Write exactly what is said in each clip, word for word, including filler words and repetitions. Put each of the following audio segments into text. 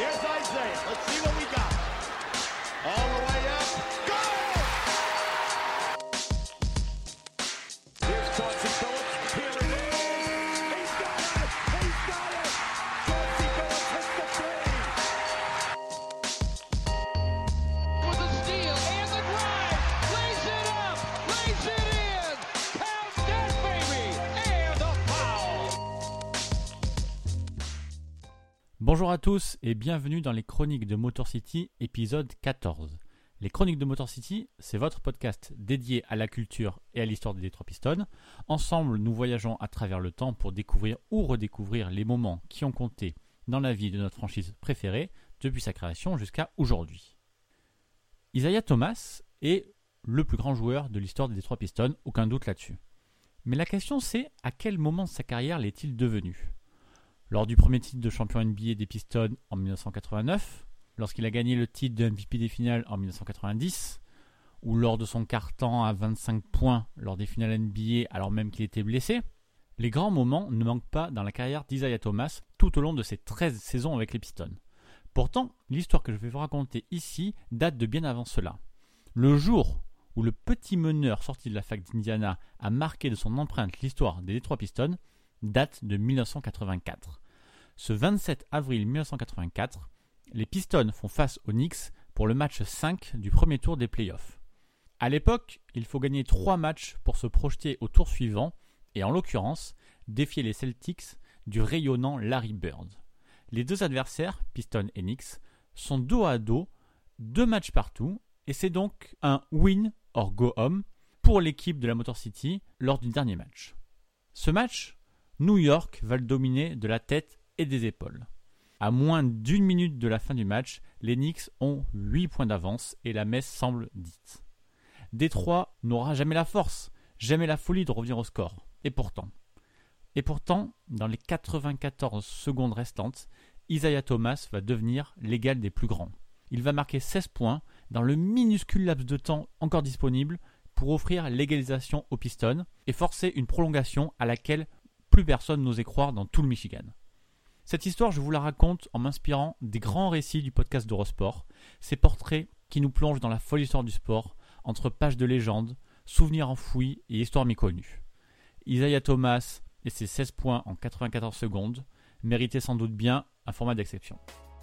Here's Isaiah. Let's see what we got. All the way up. Goal! Here's Chauncey Billups. Here it is. He's got it. He's got it. Chauncey Billups hits the three. With a steal and the drive. Lays it up. Lays it in. Count that baby. And the foul. Bonjour à tous et bienvenue dans les Chroniques de Motor City, épisode quatorze. Les Chroniques de Motor City, c'est votre podcast dédié à la culture et à l'histoire des Detroit Pistons. Ensemble, nous voyageons à travers le temps pour découvrir ou redécouvrir les moments qui ont compté dans la vie de notre franchise préférée depuis sa création jusqu'à aujourd'hui. Isaiah Thomas est le plus grand joueur de l'histoire des Detroit Pistons, aucun doute là-dessus. Mais la question c'est, à quel moment de sa carrière l'est-il devenu ? Lors du premier titre de champion N B A des Pistons en dix-neuf cent quatre-vingt-neuf, lorsqu'il a gagné le titre de M V P des finales en dix-neuf cent quatre-vingt-dix, ou lors de son quart-temps à vingt-cinq points lors des finales N B A alors même qu'il était blessé, les grands moments ne manquent pas dans la carrière d'Isaiah Thomas tout au long de ses treize saisons avec les Pistons. Pourtant, l'histoire que je vais vous raconter ici date de bien avant cela. Le jour où le petit meneur sorti de la fac d'Indiana a marqué de son empreinte l'histoire des Detroit Pistons date de dix-neuf cent quatre-vingt-quatre. Ce vingt-sept avril dix-neuf cent quatre-vingt-quatre, les Pistons font face aux Knicks pour le match cinq du premier tour des playoffs. À l'époque, il faut gagner trois matchs pour se projeter au tour suivant et en l'occurrence, défier les Celtics du rayonnant Larry Bird. Les deux adversaires, Pistons et Knicks, sont dos à dos, deux matchs partout et c'est donc un win or go home pour l'équipe de la Motor City lors du dernier match. Ce match, New York va le dominer de la tête et des épaules. À moins d'une minute de la fin du match, les Knicks ont huit points d'avance et la messe semble dite. Détroit n'aura jamais la force, jamais la folie de revenir au score. Et pourtant, et pourtant, dans les quatre-vingt-quatorze secondes restantes, Isaiah Thomas va devenir l'égal des plus grands. Il va marquer seize points dans le minuscule laps de temps encore disponible pour offrir l'égalisation aux Pistons et forcer une prolongation à laquelle plus personne n'osait croire dans tout le Michigan. Cette histoire, je vous la raconte en m'inspirant des grands récits du podcast d'Eurosport, ces portraits qui nous plongent dans la folle histoire du sport, entre pages de légendes, souvenirs enfouis et histoires méconnues. Isaiah Thomas et ses seize points en quatre-vingt-quatorze secondes méritaient sans doute bien un format d'exception.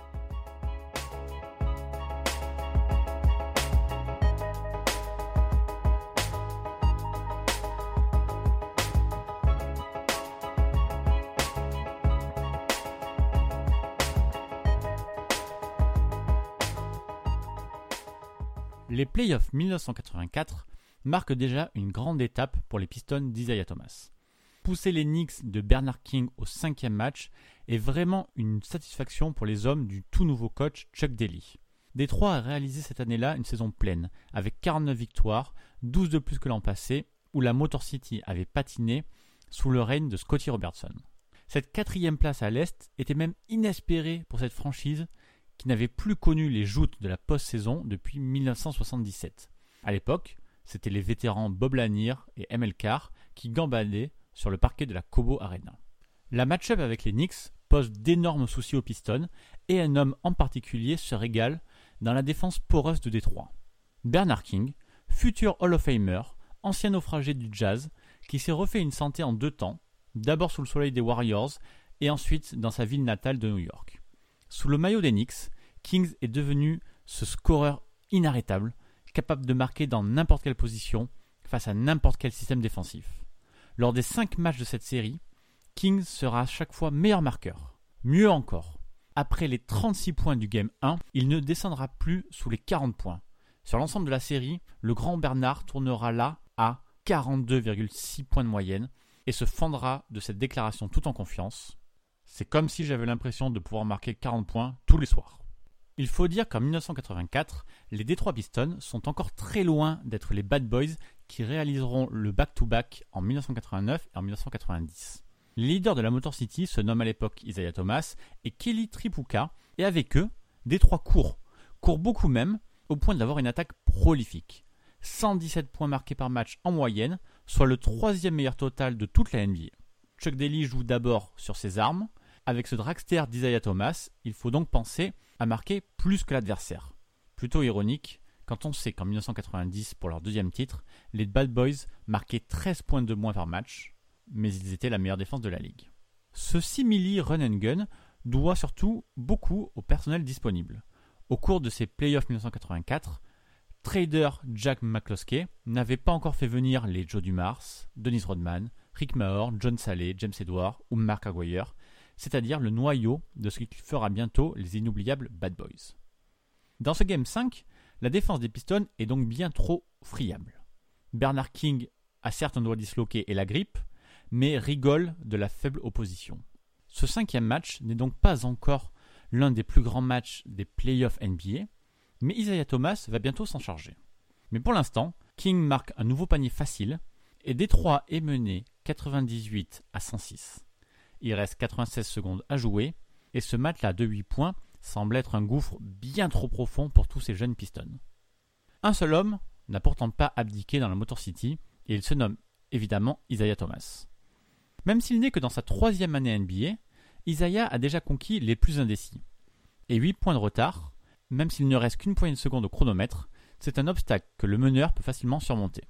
Les playoffs dix-neuf cent quatre-vingt-quatre marquent déjà une grande étape pour les Pistons d'Isaiah Thomas. Pousser les Knicks de Bernard King au cinquième match est vraiment une satisfaction pour les hommes du tout nouveau coach Chuck Daly. Détroit a réalisé cette année-là une saison pleine, avec quarante-neuf victoires, douze de plus que l'an passé, où la Motor City avait patiné sous le règne de Scottie Robertson. Cette quatrième place à l'Est était même inespérée pour cette franchise qui n'avait plus connu les joutes de la post-saison depuis dix-neuf cent soixante-dix-sept. À l'époque, c'étaient les vétérans Bob Lanier et M L Carr qui gambadaient sur le parquet de la Cobo Arena. La match-up avec les Knicks pose d'énormes soucis aux Pistons et un homme en particulier se régale dans la défense poreuse de Détroit. Bernard King, futur Hall of Famer, ancien naufragé du Jazz, qui s'est refait une santé en deux temps, d'abord sous le soleil des Warriors et ensuite dans sa ville natale de New York. Sous le maillot des Knicks, Kings est devenu ce scoreur inarrêtable, capable de marquer dans n'importe quelle position, face à n'importe quel système défensif. Lors des cinq matchs de cette série, Kings sera à chaque fois meilleur marqueur. Mieux encore, après les trente-six points du Game un, il ne descendra plus sous les quarante points. Sur l'ensemble de la série, le grand Bernard tournera là à quarante-deux virgule six points de moyenne et se fendra de cette déclaration tout en confiance. C'est comme si j'avais l'impression de pouvoir marquer quarante points tous les soirs. Il faut dire qu'en dix-neuf cent quatre-vingt-quatre, les Detroit Pistons sont encore très loin d'être les Bad Boys qui réaliseront le back-to-back en dix-neuf cent quatre-vingt-neuf et en dix-neuf cent quatre-vingt-dix. Les leaders de la Motor City se nomment à l'époque Isaiah Thomas et Kelly Tripucka, et avec eux, Détroit court, court beaucoup même, au point d'avoir une attaque prolifique. cent dix-sept points marqués par match en moyenne, soit le troisième meilleur total de toute la N B A. Chuck Daly joue d'abord sur ses armes, Avec ce dragster d'Isaiah Thomas, il faut donc penser à marquer plus que l'adversaire. Plutôt ironique, quand on sait qu'en dix-neuf cent quatre-vingt-dix, pour leur deuxième titre, les Bad Boys marquaient treize points de moins par match, mais ils étaient la meilleure défense de la ligue. Ce simili run and gun doit surtout beaucoup au personnel disponible. Au cours de ces playoffs dix-neuf cent quatre-vingt-quatre, trader Jack McCloskey n'avait pas encore fait venir les Joe Dumars, Dennis Rodman, Rick Mahorn, John Salley, James Edwards ou Mark Aguirre, c'est-à-dire le noyau de ce qui fera bientôt les inoubliables Bad Boys. Dans ce Game cinq, la défense des Pistons est donc bien trop friable. Bernard King a certes un doigt disloqué et la grippe, mais rigole de la faible opposition. Ce cinquième match n'est donc pas encore l'un des plus grands matchs des playoffs N B A, mais Isaiah Thomas va bientôt s'en charger. Mais pour l'instant, King marque un nouveau panier facile et Détroit est mené quatre-vingt-dix-huit à cent six. Il reste quatre-vingt-seize secondes à jouer et ce match-là de huit points semble être un gouffre bien trop profond pour tous ces jeunes Pistons. Un seul homme n'a pourtant pas abdiqué dans la Motor City et il se nomme évidemment Isaiah Thomas. Même s'il n'est que dans sa troisième année N B A, Isaiah a déjà conquis les plus indécis. Et huit points de retard, même s'il ne reste qu'une poignée de seconde au chronomètre, c'est un obstacle que le meneur peut facilement surmonter.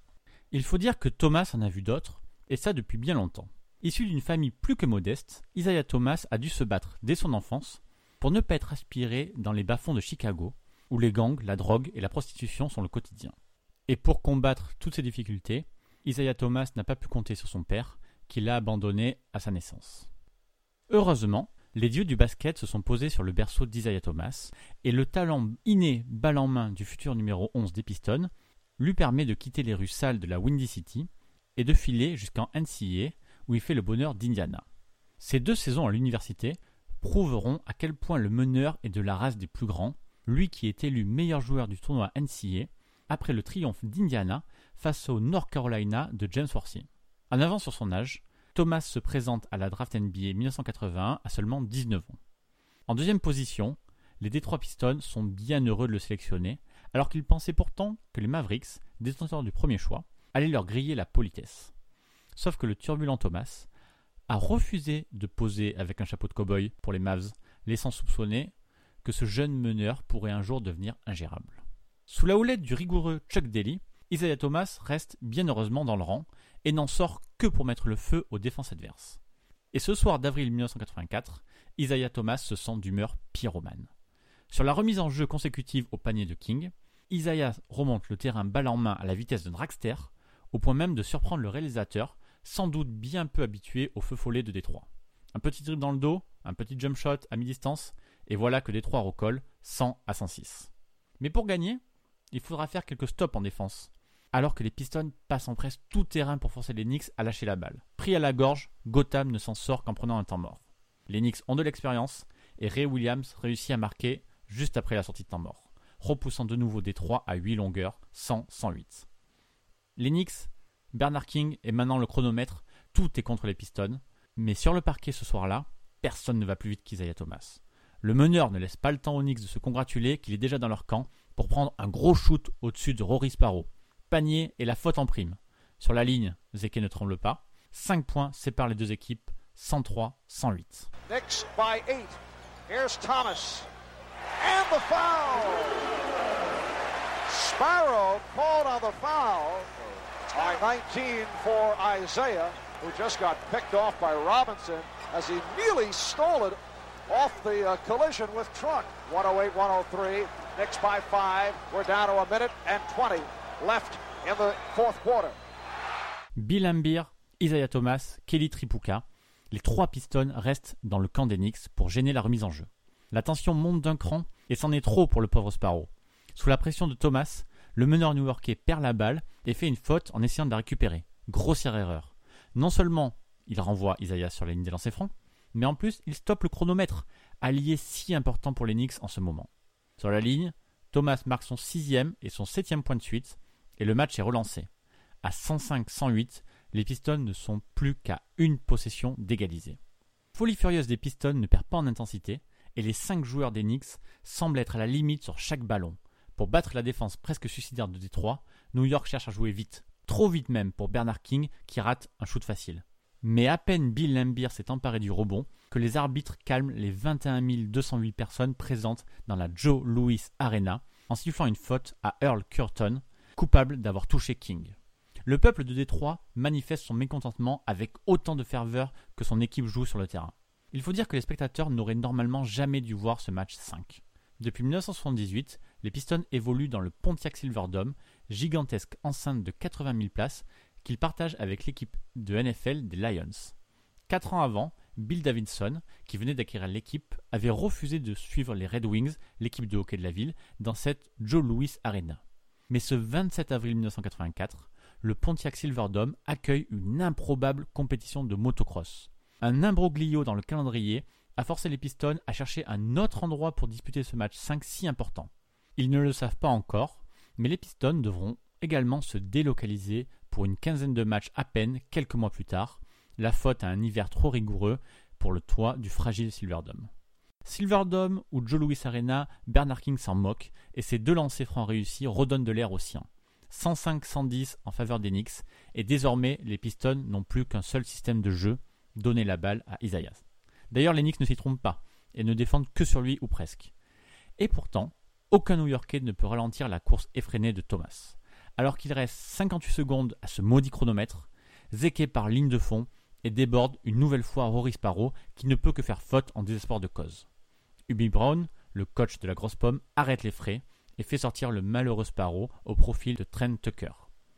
Il faut dire que Thomas en a vu d'autres, et ça depuis bien longtemps. Issu d'une famille plus que modeste, Isaiah Thomas a dû se battre dès son enfance pour ne pas être aspiré dans les bas-fonds de Chicago, où les gangs, la drogue et la prostitution sont le quotidien. Et pour combattre toutes ces difficultés, Isaiah Thomas n'a pas pu compter sur son père, qui l'a abandonné à sa naissance. Heureusement, les dieux du basket se sont posés sur le berceau d'Isaiah Thomas, et le talent inné balle en main du futur numéro onze des Pistons lui permet de quitter les rues sales de la Windy City et de filer jusqu'en N C A A, où il fait le bonheur d'Indiana. Ces deux saisons à l'université prouveront à quel point le meneur est de la race des plus grands, lui qui est élu meilleur joueur du tournoi N C A A après le triomphe d'Indiana face au North Carolina de James Worthy. En avance sur son âge, Thomas se présente à la draft N B A dix-neuf cent quatre-vingt-un à seulement dix-neuf ans. En deuxième position, les Detroit Pistons sont bien heureux de le sélectionner, alors qu'ils pensaient pourtant que les Mavericks, détenteurs du premier choix, allaient leur griller la politesse. Sauf que le turbulent Thomas a refusé de poser avec un chapeau de cow-boy pour les Mavs, laissant soupçonner que ce jeune meneur pourrait un jour devenir ingérable. Sous la houlette du rigoureux Chuck Daly, Isaiah Thomas reste bien heureusement dans le rang et n'en sort que pour mettre le feu aux défenses adverses. Et ce soir d'avril dix-neuf cent quatre-vingt-quatre, Isaiah Thomas se sent d'humeur pyromane. Sur la remise en jeu consécutive au panier de King, Isaiah remonte le terrain balle en main à la vitesse d'un dragster, au point même de surprendre le réalisateur, sans doute bien peu habitué au feu follet de Détroit. Un petit dribble dans le dos, un petit jump shot à mi-distance, et voilà que Détroit recolle cent à cent six. Mais pour gagner, il faudra faire quelques stops en défense, alors que les Pistons passent en presse tout terrain pour forcer les Knicks à lâcher la balle. Pris à la gorge, Gotham ne s'en sort qu'en prenant un temps mort. Les Knicks ont de l'expérience, et Ray Williams réussit à marquer juste après la sortie de temps mort, repoussant de nouveau Détroit à huit longueurs, cent à cent huit. Les Knicks, Bernard King et maintenant le chronomètre, tout est contre les Pistons, mais sur le parquet ce soir-là, personne ne va plus vite qu'Isaiah Thomas. Le meneur ne laisse pas le temps aux Knicks de se congratuler qu'il est déjà dans leur camp pour prendre un gros shoot au-dessus de Rory Sparrow. Panier et la faute en prime. Sur la ligne, Zeke ne tremble pas. cinq points séparent les deux équipes, cent trois à cent huit. Knicks by eight. Here's Thomas. And the foul. Sparrow called on the foul by nineteen for Isaiah, who just got picked off by Robinson as he nearly stole it off the uh, collision with Trunk. one oh eight one oh three. Knicks by five. We're down to a minute and twenty left in the fourth quarter. Bill Laimbeer, Isaiah Thomas, Kelly Tripucka, les trois Pistons restent dans le camp des Knicks pour gêner la remise en jeu. La tension monte d'un cran et c'en est trop pour le pauvre Sparrow. Sous la pression de Thomas, le meneur new-yorkais perd la balle et fait une faute en essayant de la récupérer. Grossière erreur. Non seulement il renvoie Isaiah sur la ligne des lancers francs, mais en plus il stoppe le chronomètre, allié si important pour les Knicks en ce moment. Sur la ligne, Thomas marque son sixième et son septième point de suite et le match est relancé. À cent cinq à cent huit, les Pistons ne sont plus qu'à une possession d'égaliser. Folie furieuse des Pistons ne perd pas en intensité et les cinq joueurs des Knicks semblent être à la limite sur chaque ballon. Pour battre la défense presque suicidaire de Détroit, New York cherche à jouer vite, trop vite même pour Bernard King qui rate un shoot facile. Mais à peine Bill Laimbeer s'est emparé du rebond, que les arbitres calment les vingt et un mille deux cent huit personnes présentes dans la Joe Louis Arena en sifflant une faute à Earl Cureton, coupable d'avoir touché King. Le peuple de Détroit manifeste son mécontentement avec autant de ferveur que son équipe joue sur le terrain. Il faut dire que les spectateurs n'auraient normalement jamais dû voir ce match cinq. Depuis dix-neuf cent soixante-dix-huit, les Pistons évoluent dans le Pontiac Silverdome, gigantesque enceinte de quatre-vingt mille places qu'ils partagent avec l'équipe de N F L des Lions. Quatre ans avant, Bill Davidson, qui venait d'acquérir l'équipe, avait refusé de suivre les Red Wings, l'équipe de hockey de la ville, dans cette Joe Louis Arena. Mais ce vingt-sept avril dix-neuf cent quatre-vingt-quatre, le Pontiac Silverdome accueille une improbable compétition de motocross. Un imbroglio dans le calendrier a forcé les Pistons à chercher un autre endroit pour disputer ce match cinq si important. Ils ne le savent pas encore, mais les Pistons devront également se délocaliser pour une quinzaine de matchs à peine quelques mois plus tard, la faute à un hiver trop rigoureux pour le toit du fragile Silverdome. Silverdome ou Joe Louis Arena, Bernard King s'en moque et ses deux lancers francs réussis redonnent de l'air aux siens. cent cinq à cent dix en faveur des Knicks et désormais les Pistons n'ont plus qu'un seul système de jeu, donner la balle à Isaiah. D'ailleurs les Knicks ne s'y trompent pas et ne défendent que sur lui ou presque. Et pourtant, aucun New-Yorkais ne peut ralentir la course effrénée de Thomas. Alors qu'il reste cinquante-huit secondes à ce maudit chronomètre, Zeke part ligne de fond et déborde une nouvelle fois Rory Sparrow qui ne peut que faire faute en désespoir de cause. Hubie Brown, le coach de la grosse pomme, arrête les frais et fait sortir le malheureux Sparrow au profil de Trent Tucker.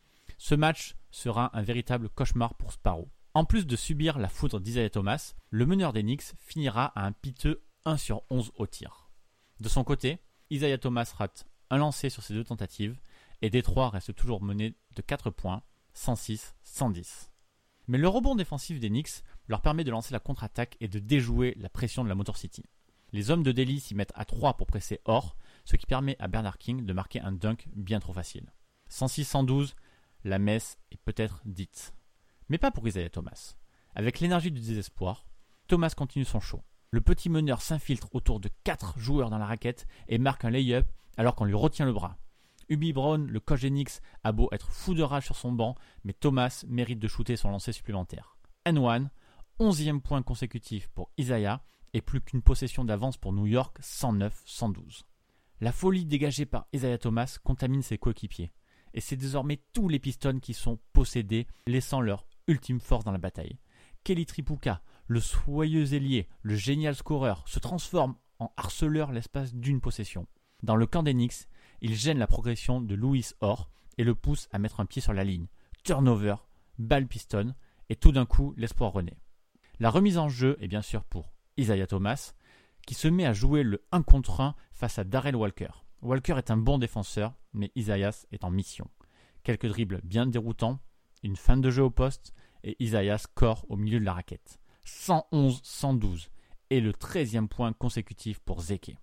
Ce match sera un véritable cauchemar pour Sparrow. En plus de subir la foudre d'Isaiah Thomas, le meneur des Knicks finira à un piteux un sur onze au tir. De son côté, Isaiah Thomas rate un lancer sur ses deux tentatives et Détroit reste toujours mené de quatre points, cent six à cent dix. Mais le rebond défensif des Knicks leur permet de lancer la contre-attaque et de déjouer la pression de la Motor City. Les hommes de Delhi s'y mettent à trois pour presser Orr, ce qui permet à Bernard King de marquer un dunk bien trop facile. cent six à cent douze, la messe est peut-être dite. Mais pas pour Isaiah Thomas. Avec l'énergie du désespoir, Thomas continue son show. Le petit meneur s'infiltre autour de quatre joueurs dans la raquette et marque un lay-up alors qu'on lui retient le bras. Hubie Brown, le coach des Knicks, a beau être fou de rage sur son banc, mais Thomas mérite de shooter son lancer supplémentaire. and one, onzième point consécutif pour Isaiah et plus qu'une possession d'avance pour New York, cent neuf à cent douze. La folie dégagée par Isaiah Thomas contamine ses coéquipiers. Et c'est désormais tous les Pistons qui sont possédés, laissant leur ultime force dans la bataille. Kelly Tripucka, le soyeux ailier, le génial scoreur, se transforme en harceleur l'espace d'une possession. Dans le camp des Knicks, il gêne la progression de Louis Orr et le pousse à mettre un pied sur la ligne. Turnover, balle Piston, et tout d'un coup, l'espoir renaît. La remise en jeu est bien sûr pour Isaiah Thomas, qui se met à jouer le un contre un face à Darrell Walker. Walker est un bon défenseur, mais Isaiah est en mission. Quelques dribbles bien déroutants, une fin de jeu au poste, et Isaiah score au milieu de la raquette. cent onze à cent douze, et le treizième point consécutif pour Zeke.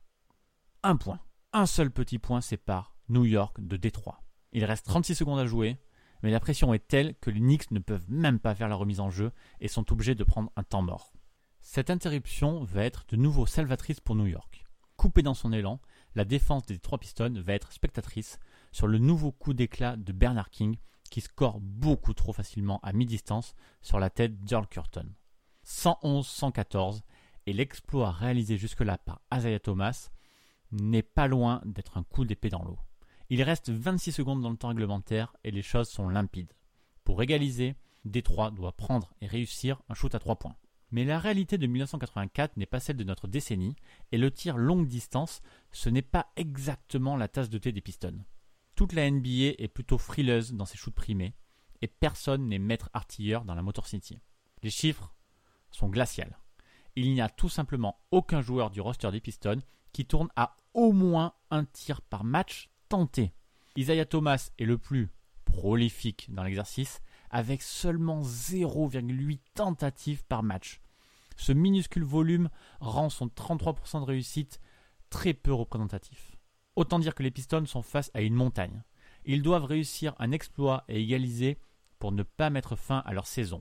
Un point, un seul petit point sépare New York de Détroit. Il reste trente-six secondes à jouer, mais la pression est telle que les Knicks ne peuvent même pas faire la remise en jeu et sont obligés de prendre un temps mort. Cette interruption va être de nouveau salvatrice pour New York. Coupée dans son élan, la défense des trois Pistons va être spectatrice sur le nouveau coup d'éclat de Bernard King qui score beaucoup trop facilement à mi-distance sur la tête d'Earl Cureton. cent onze à cent quatorze et l'exploit réalisé jusque-là par Isaiah Thomas n'est pas loin d'être un coup d'épée dans l'eau. Il reste vingt-six secondes dans le temps réglementaire et les choses sont limpides. Pour égaliser, Détroit doit prendre et réussir un shoot à trois points. Mais la réalité de dix-neuf cent quatre-vingt-quatre n'est pas celle de notre décennie et le tir longue distance, ce n'est pas exactement la tasse de thé des Pistons. Toute la N B A est plutôt frileuse dans ses shoots primés et personne n'est maître artilleur dans la Motor City. Les chiffres sont glaciales. Il n'y a tout simplement aucun joueur du roster des Pistons qui tourne à au moins un tir par match tenté. Isaiah Thomas est le plus prolifique dans l'exercice avec seulement zéro virgule huit tentatives par match. Ce minuscule volume rend son trente-trois pour cent de réussite très peu représentatif. Autant dire que les Pistons sont face à une montagne. Ils doivent réussir un exploit et égaliser pour ne pas mettre fin à leur saison.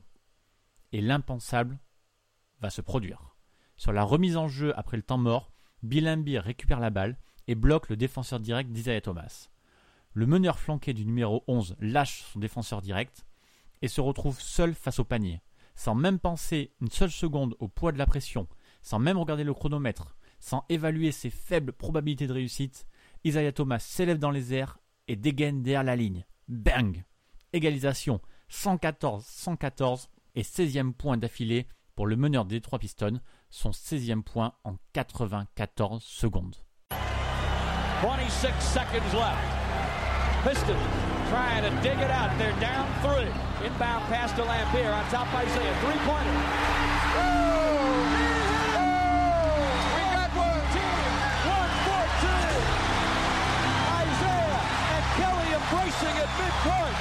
Et l'impensable va se produire. Sur la remise en jeu après le temps mort, Bill Laimbeer récupère la balle et bloque le défenseur direct d'Isaiah Thomas. Le meneur flanqué du numéro onze lâche son défenseur direct et se retrouve seul face au panier. Sans même penser une seule seconde au poids de la pression sans même regarder le chronomètre, sans évaluer ses faibles probabilités de réussite, Isaiah Thomas s'élève dans les airs et dégaine derrière la ligne. Bang! Égalisation, cent quatorze à cent quatorze et seizième point d'affilée pour le meneur des Detroit Pistons, son seizième point en quatre-vingt-quatorze secondes. twenty-six seconds left. Pistons trying to dig it out. They're down three. Inbound pass to Lampier on top by Isaiah. Three-pointer. Oh! Oh! We got one. one fourteen. Isaiah and Kelly embracing at midcourt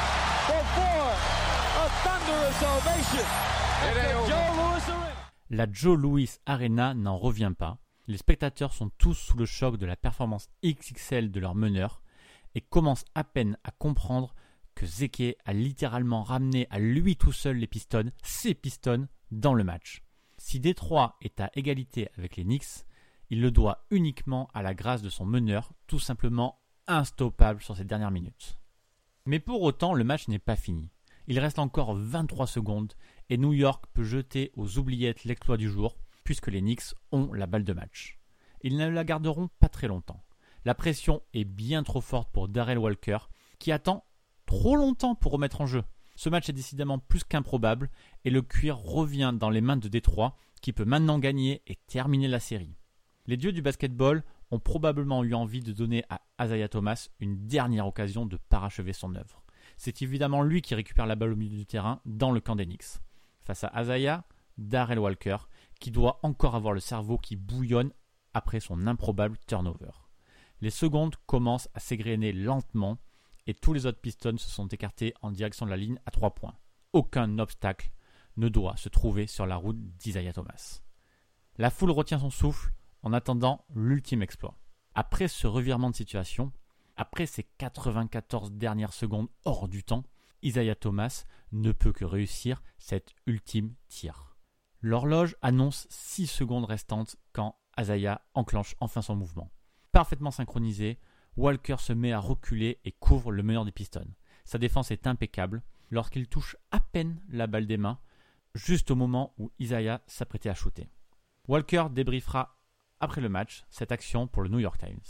before a thunderous ovation at the Joe Louis Arena. La Joe Louis Arena n'en revient pas. Les spectateurs sont tous sous le choc de la performance X X L de leur meneur et commencent à peine à comprendre que Zeke a littéralement ramené à lui tout seul les Pistons, ses Pistons, dans le match. Si Détroit est à égalité avec les Knicks, il le doit uniquement à la grâce de son meneur, tout simplement instoppable sur ces dernières minutes. Mais pour autant, le match n'est pas fini. Il reste encore vingt-trois secondes et New York peut jeter aux oubliettes l'exploit du jour puisque les Knicks ont la balle de match. Ils ne la garderont pas très longtemps. La pression est bien trop forte pour Darrell Walker qui attend trop longtemps pour remettre en jeu. Ce match est décidément plus qu'improbable et le cuir revient dans les mains de Détroit qui peut maintenant gagner et terminer la série. Les dieux du basketball ont probablement eu envie de donner à Isaiah Thomas une dernière occasion de parachever son œuvre. C'est évidemment lui qui récupère la balle au milieu du terrain dans le camp des Knicks. Face à Isaiah, Darrell Walker, qui doit encore avoir le cerveau qui bouillonne après son improbable turnover. Les secondes commencent à s'égrener lentement et tous les autres Pistons se sont écartés en direction de la ligne à trois points. Aucun obstacle ne doit se trouver sur la route d'Isaiah Thomas. La foule retient son souffle en attendant l'ultime exploit. Après ce revirement de situation, après ces quatre-vingt-quatorze dernières secondes hors du temps, Isaiah Thomas ne peut que réussir cet ultime tir. L'horloge annonce six secondes restantes quand Isaiah enclenche enfin son mouvement. Parfaitement synchronisé, Walker se met à reculer et couvre le meneur des Pistons. Sa défense est impeccable lorsqu'il touche à peine la balle des mains, juste au moment où Isaiah s'apprêtait à shooter. Walker débriefera après le match cette action pour le New York Times.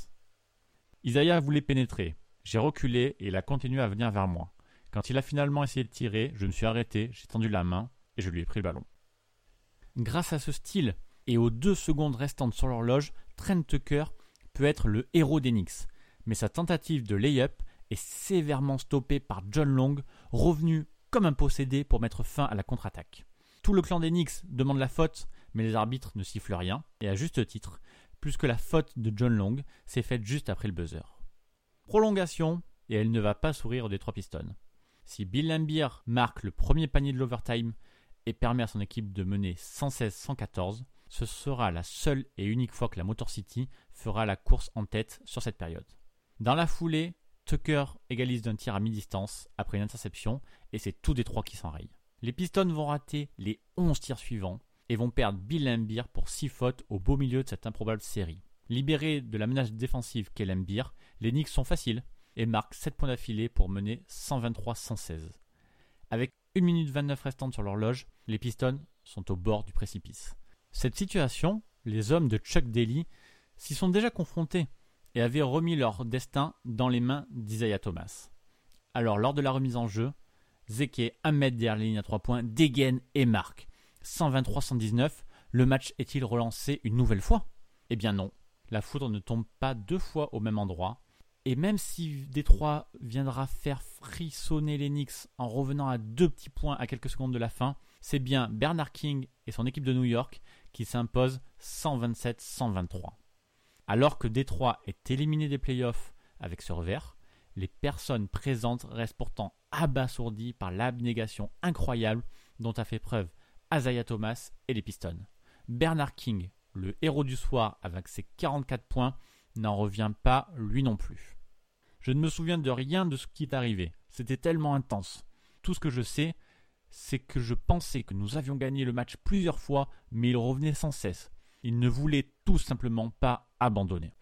Isaiah voulait pénétrer. J'ai reculé et il a continué à venir vers moi. Quand il a finalement essayé de tirer, je me suis arrêté, j'ai tendu la main et je lui ai pris le ballon. Grâce à ce style et aux deux secondes restantes sur l'horloge, Trent Tucker peut être le héros des Knicks. Mais sa tentative de lay-up est sévèrement stoppée par John Long, revenu comme un possédé pour mettre fin à la contre-attaque. Tout le clan des Knicks demande la faute, mais les arbitres ne sifflent rien, et à juste titre, puisque la faute de John Long s'est faite juste après le buzzer. Prolongation, et elle ne va pas sourire aux Detroit Pistons. Si Bill Laimbeer marque le premier panier de l'overtime et permet à son équipe de mener cent seize à cent quatorze, ce sera la seule et unique fois que la Motor City fera la course en tête sur cette période. Dans la foulée, Tucker égalise d'un tir à mi-distance après une interception et c'est tout Détroit qui s'enraye. Les Pistons vont rater les onze tirs suivants et vont perdre Bill Laimbeer pour six fautes au beau milieu de cette improbable série. Libérés de la menace défensive qu'est Laimbeer, les Knicks sont faciles et marquent sept points d'affilée pour mener cent vingt-trois à cent seize. Avec une minute vingt-neuf restante sur l'horloge, les Pistons sont au bord du précipice. Cette situation, les hommes de Chuck Daly s'y sont déjà confrontés et avaient remis leur destin dans les mains d'Isaiah Thomas. Alors lors de la remise en jeu, Zeke, un mètre derrière la ligne à trois points, dégaine et marque. cent vingt-trois à cent dix-neuf, le match est-il relancé une nouvelle fois ? Eh bien non, la foudre ne tombe pas deux fois au même endroit. Et même si Détroit viendra faire frissonner les Knicks en revenant à deux petits points à quelques secondes de la fin, c'est bien Bernard King et son équipe de New York qui s'imposent cent vingt-sept à cent vingt-trois. Alors que Détroit est éliminé des playoffs avec ce revers, les personnes présentes restent pourtant abasourdies par l'abnégation incroyable dont a fait preuve Isaiah Thomas et les Pistons. Bernard King, le héros du soir avec ses quarante-quatre points, n'en revient pas lui non plus. Je ne me souviens de rien de ce qui est arrivé. C'était tellement intense. Tout ce que je sais, c'est que je pensais que nous avions gagné le match plusieurs fois, mais il revenait sans cesse. Il ne voulait tout simplement pas abandonner.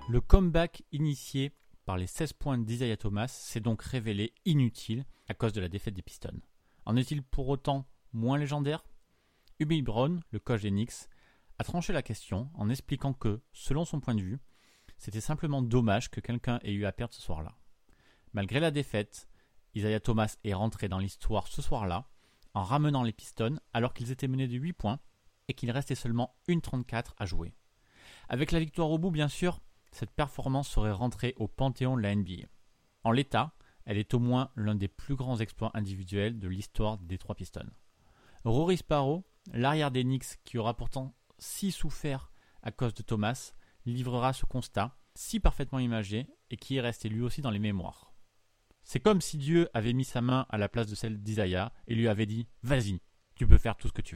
Le comeback initié par les seize points d'Isaiah Thomas s'est donc révélé inutile à cause de la défaite des Pistons. En est-il pour autant moins légendaire ? Hubie Brown, le coach des Knicks, a tranché la question en expliquant que, selon son point de vue, c'était simplement dommage que quelqu'un ait eu à perdre ce soir-là. Malgré la défaite, Isaiah Thomas est rentré dans l'histoire ce soir-là en ramenant les Pistons alors qu'ils étaient menés de huit points et qu'il restait seulement une trente-quatre à jouer. Avec la victoire au bout, bien sûr, cette performance serait rentrée au panthéon de la N B A. En l'état, elle est au moins l'un des plus grands exploits individuels de l'histoire des Detroit Pistons. Rory Sparrow, l'arrière des Knicks qui aura pourtant si souffert à cause de Thomas, livrera ce constat, si parfaitement imagé et qui est resté lui aussi dans les mémoires. C'est comme si Dieu avait mis sa main à la place de celle d'Isaiah et lui avait dit « Vas-y, tu peux faire tout ce que tu veux ».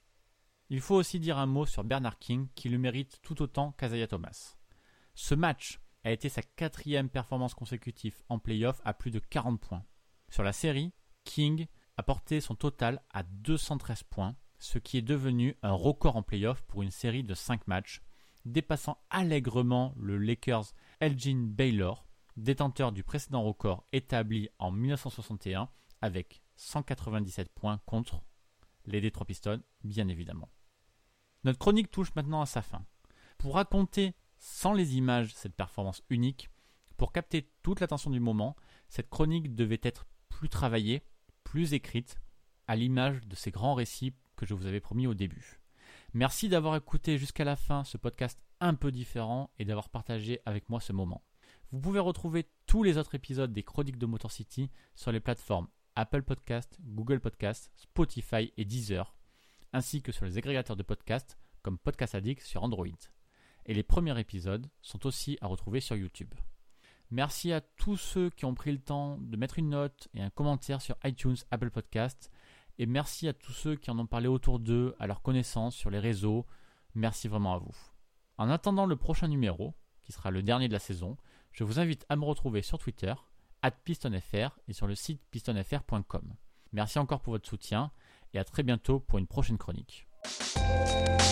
Il faut aussi dire un mot sur Bernard King qui le mérite tout autant qu'Isaiah Thomas. Ce match a été sa quatrième performance consécutive en play-off à plus de quarante points. Sur la série, King a porté son total à deux cent treize points, ce qui est devenu un record en play-off pour une série de cinq matchs, dépassant allègrement le Lakers Elgin Baylor, détenteur du précédent record établi en dix-neuf cent soixante et un avec cent quatre-vingt-dix-sept points contre les Detroit Pistons, bien évidemment. Notre chronique touche maintenant à sa fin. Pour raconter sans les images cette performance unique, pour capter toute l'attention du moment, cette chronique devait être plus travaillée, plus écrite, à l'image de ces grands récits que je vous avais promis au début. Merci d'avoir écouté jusqu'à la fin ce podcast un peu différent et d'avoir partagé avec moi ce moment. Vous pouvez retrouver tous les autres épisodes des Chroniques de Motor City sur les plateformes Apple Podcasts, Google Podcasts, Spotify et Deezer, ainsi que sur les agrégateurs de podcasts comme Podcast Addict sur Android. Et les premiers épisodes sont aussi à retrouver sur YouTube. Merci à tous ceux qui ont pris le temps de mettre une note et un commentaire sur iTunes, Apple Podcasts. Et merci à tous ceux qui en ont parlé autour d'eux, à leurs connaissances, sur les réseaux. Merci vraiment à vous. En attendant le prochain numéro, qui sera le dernier de la saison, je vous invite à me retrouver sur Twitter, arobase pistonfr et sur le site piston f r point com. Merci encore pour votre soutien et à très bientôt pour une prochaine chronique.